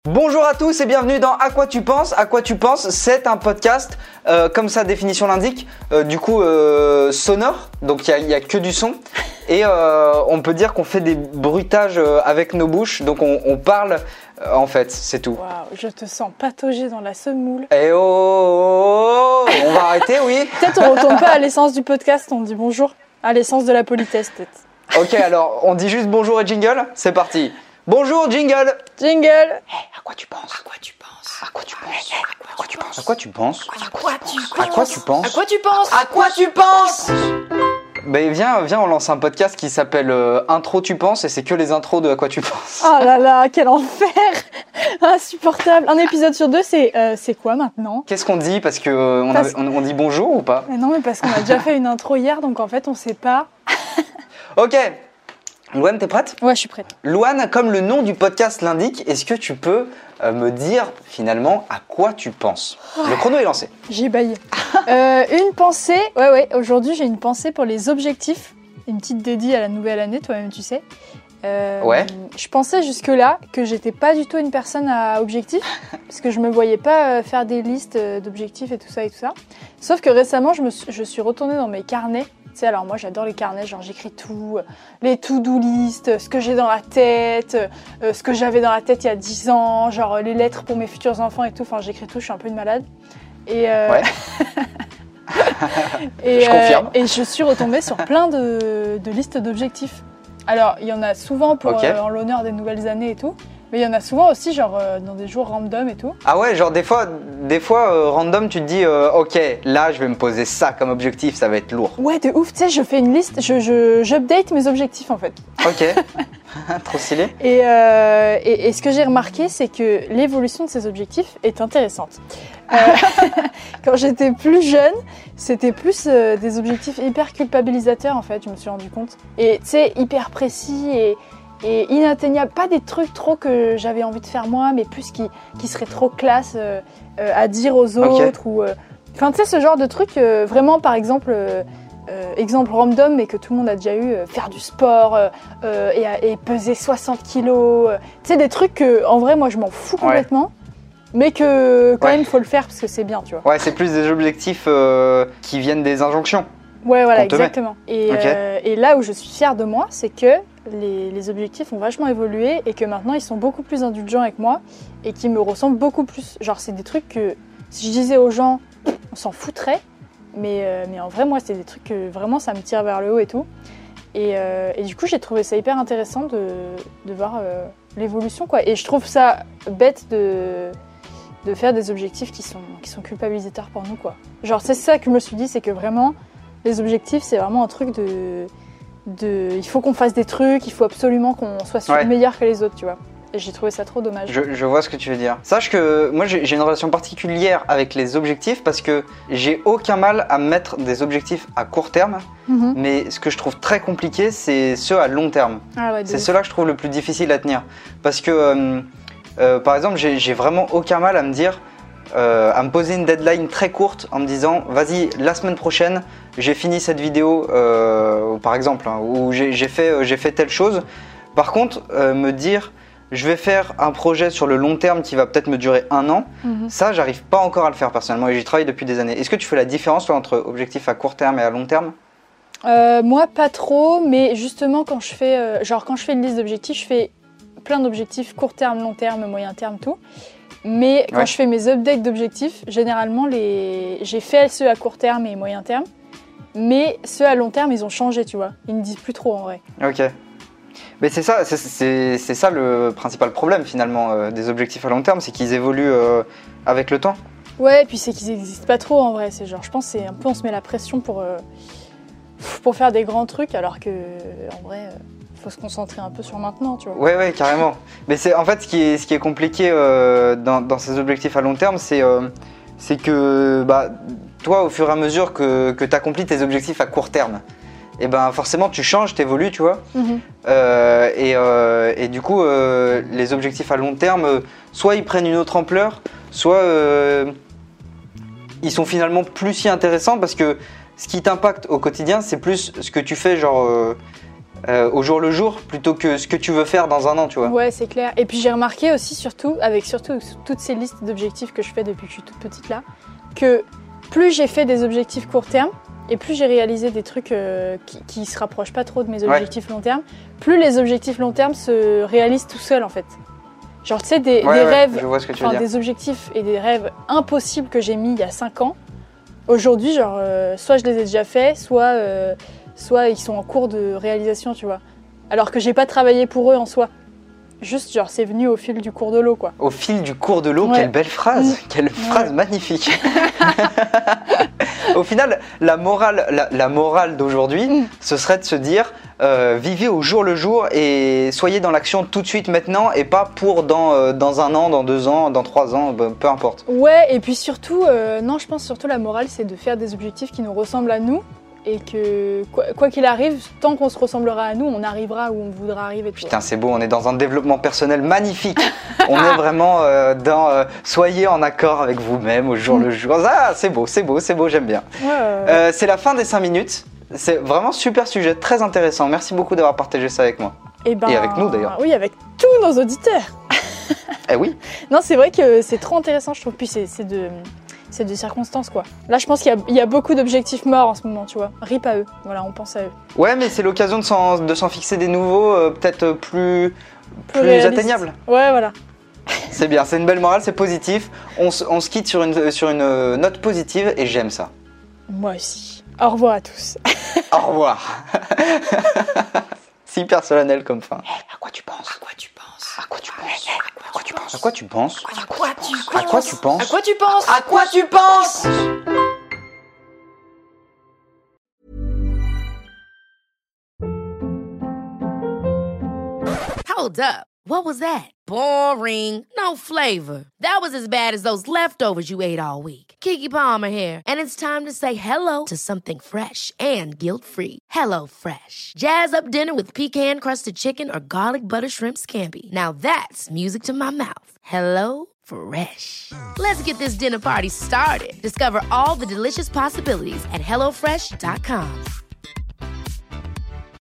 Bonjour à tous et bienvenue dans À quoi tu penses. À quoi tu penses, c'est un podcast, comme sa définition l'indique, sonore, donc il y a que du son. Et on peut dire qu'on fait des bruitages avec nos bouches, donc on parle en fait, c'est tout. Waouh, je te sens patauger dans la semoule. Eh on va arrêter, oui. Peut-être on retourne pas à l'essence du podcast, on dit bonjour, à l'essence de la politesse peut-être. Ok, alors on dit juste bonjour et jingle, c'est parti. Bonjour, jingle. Jingle. À quoi tu penses? À quoi tu penses? À quoi tu penses? À quoi tu penses? À quoi tu penses? À quoi tu penses? À quoi tu penses? À quoi tu penses? À quoi tu penses? Ben viens, on lance un podcast qui s'appelle Intro tu penses et c'est que les intros de À quoi tu penses. Oh là là, quel enfer. Insupportable. Un épisode sur deux, c'est quoi maintenant? Qu'est-ce qu'on dit? Parce que on dit bonjour ou pas? Mais non, mais parce qu'on a déjà fait une intro hier, donc en fait on sait pas. Ok. Louane, t'es prête? Ouais, je suis prête. Louane, comme le nom du podcast l'indique, est-ce que tu peux me dire finalement à quoi tu penses? Le chrono est lancé. J'ai baillé. Une pensée, ouais, aujourd'hui j'ai une pensée pour les objectifs. Une petite dédie à la nouvelle année, toi-même tu sais. Ouais. Je pensais jusque-là que j'étais pas du tout une personne à objectifs, parce que je me voyais pas faire des listes d'objectifs et tout ça. Sauf que récemment, je suis retournée dans mes carnets. Tu sais, alors moi j'adore les carnets, genre j'écris tout, les to-do list, ce que j'ai dans la tête, ce que j'avais dans la tête il y a 10 ans, genre les lettres pour mes futurs enfants et tout, enfin j'écris tout, je suis un peu une malade. Et, ouais. et, je confirme. Et je suis retombée sur plein de listes d'objectifs. Alors il y en a souvent pour en l'honneur des nouvelles années et tout, mais il y en a souvent aussi genre dans des jours random et tout. Ah ouais, genre des fois random tu te dis ok, là je vais me poser ça comme objectif, ça va être lourd. Ouais, de ouf, tu sais, je fais une liste, j'update mes objectifs en fait. Ok, trop stylé. Et ce que j'ai remarqué, c'est que l'évolution de ces objectifs est intéressante. Quand j'étais plus jeune, c'était plus des objectifs hyper culpabilisateurs en fait, je me suis rendu compte. Et tu sais, hyper précis et inatteignable, pas des trucs trop que j'avais envie de faire moi, mais plus qui seraient trop classe à dire aux autres. Ou, enfin, tu sais, ce genre de truc, vraiment, par exemple, exemple random, mais que tout le monde a déjà eu, faire du sport et peser 60 kilos. Tu sais, des trucs que, en vrai, moi, je m'en fous complètement. Mais que quand même il faut le faire parce que c'est bien, tu vois. Ouais, c'est plus des objectifs qui viennent des injonctions. Ouais, voilà, exactement. Et là où je suis fière de moi, c'est que les objectifs ont vachement évolué et que maintenant ils sont beaucoup plus indulgents avec moi et qui me ressemblent beaucoup plus. Genre, c'est des trucs que si je disais aux gens, on s'en foutrait, mais en vrai, moi, c'est des trucs que vraiment ça me tire vers le haut et tout. Et du coup, j'ai trouvé ça hyper intéressant de voir l'évolution, quoi. Et je trouve ça bête de faire des objectifs qui sont culpabilisateurs pour nous, quoi. Genre, c'est ça que je me suis dit, c'est que vraiment, les objectifs, c'est vraiment un truc il faut qu'on fasse des trucs, il faut absolument qu'on soit meilleur que les autres, tu vois. Et j'ai trouvé ça trop dommage. Je vois ce que tu veux dire. Sache que moi, j'ai une relation particulière avec les objectifs parce que j'ai aucun mal à mettre des objectifs à court terme, mais ce que je trouve très compliqué, c'est ceux à long terme. Ah ouais, c'est ceux-là que je trouve le plus difficile à tenir. Parce que... par exemple, j'ai vraiment aucun mal à me dire, à me poser une deadline très courte en me disant vas-y, la semaine prochaine, j'ai fini cette vidéo, par exemple, hein, où j'ai fait telle chose. Par contre, me dire je vais faire un projet sur le long terme qui va peut-être me durer 1 an, ça, j'arrive pas encore à le faire personnellement et j'y travaille depuis des années. Est-ce que tu fais la différence toi, entre objectifs à court terme et à long terme? Moi, pas trop, mais justement, quand je fais une liste d'objectifs, je fais plein d'objectifs, court terme, long terme, moyen terme, tout. Mais quand je fais mes updates d'objectifs, généralement, j'ai fait ceux à court terme et moyen terme. Mais ceux à long terme, ils ont changé, tu vois. Ils ne disent plus trop, en vrai. Ok. Mais c'est ça le principal problème, finalement, des objectifs à long terme, c'est qu'ils évoluent avec le temps. Ouais, et puis c'est qu'ils n'existent pas trop, en vrai. C'est genre, je pense que c'est un peu, on se met la pression pour faire des grands trucs, alors que, en vrai... faut se concentrer un peu sur maintenant, tu vois. Ouais, carrément. Mais c'est en fait ce qui est compliqué dans ces objectifs à long terme, c'est que toi, au fur et à mesure que tu accomplis tes objectifs à court terme, et ben forcément tu changes, tu évolues, tu vois. Et du coup, les objectifs à long terme, soit ils prennent une autre ampleur, soit ils sont finalement plus si intéressants parce que ce qui t'impacte au quotidien, c'est plus ce que tu fais, genre au jour le jour plutôt que ce que tu veux faire dans un an, tu vois. Ouais, c'est clair. Et puis j'ai remarqué aussi, surtout toutes ces listes d'objectifs que je fais depuis que je suis toute petite là, que plus j'ai fait des objectifs court terme, et plus j'ai réalisé des trucs qui se rapprochent pas trop de mes objectifs long terme, plus les objectifs long terme se réalisent tout seuls en fait. Genre tu sais, des rêves, je vois ce que tu veux dire. des objectifs et des rêves impossibles que j'ai mis il y a 5 ans, aujourd'hui genre soit je les ai déjà faits, soit ils sont en cours de réalisation, tu vois. Alors que j'ai pas travaillé pour eux en soi. Juste genre c'est venu au fil du cours de l'eau quoi. Au fil du cours de l'eau, quelle belle phrase, quelle phrase magnifique. Au final, la morale d'aujourd'hui, ce serait de se dire vivez au jour le jour et soyez dans l'action tout de suite maintenant et pas pour dans 1 an, dans 2 ans, dans 3 ans, peu importe. Ouais, et puis surtout, je pense surtout la morale c'est de faire des objectifs qui nous ressemblent à nous. Et que quoi qu'il arrive, tant qu'on se ressemblera à nous, on arrivera où on voudra arriver. Putain, c'est beau, on est dans un développement personnel magnifique. On est vraiment dans soyez en accord avec vous-même au jour le jour. Ah, c'est beau, j'aime bien. C'est la fin des 5 minutes. C'est vraiment super sujet, très intéressant. Merci beaucoup d'avoir partagé ça avec moi. Et avec nous d'ailleurs. Oui, avec tous nos auditeurs. Eh oui. Non, c'est vrai que c'est trop intéressant, je trouve. Puis c'est de circonstances quoi. Là je pense qu'il y a beaucoup d'objectifs morts en ce moment, tu vois. RIP à eux, voilà, on pense à eux. Ouais, mais c'est l'occasion de s'en fixer des nouveaux, peut-être plus atteignables. Ouais, voilà. C'est bien, c'est une belle morale, c'est positif. On se quitte sur une note positive et j'aime ça. Moi aussi. Au revoir à tous. Au revoir. C'est hyper solennel comme fin. À quoi tu penses? À quoi tu penses? À quoi tu penses? À quoi tu penses? À quoi tu penses? À quoi tu penses? À quoi tu penses? À quoi tu penses? À quoi tu penses? Hold up. What was that? Boring. No flavor. That was as bad as those leftovers you ate all week. Keke Palmer here, and it's time to say hello to something fresh and guilt-free. Hello Fresh. Jazz up dinner with pecan-crusted chicken or garlic butter shrimp scampi. Now that's music to my mouth. Hello Fresh. Let's get this dinner party started. Discover all the delicious possibilities at hellofresh.com.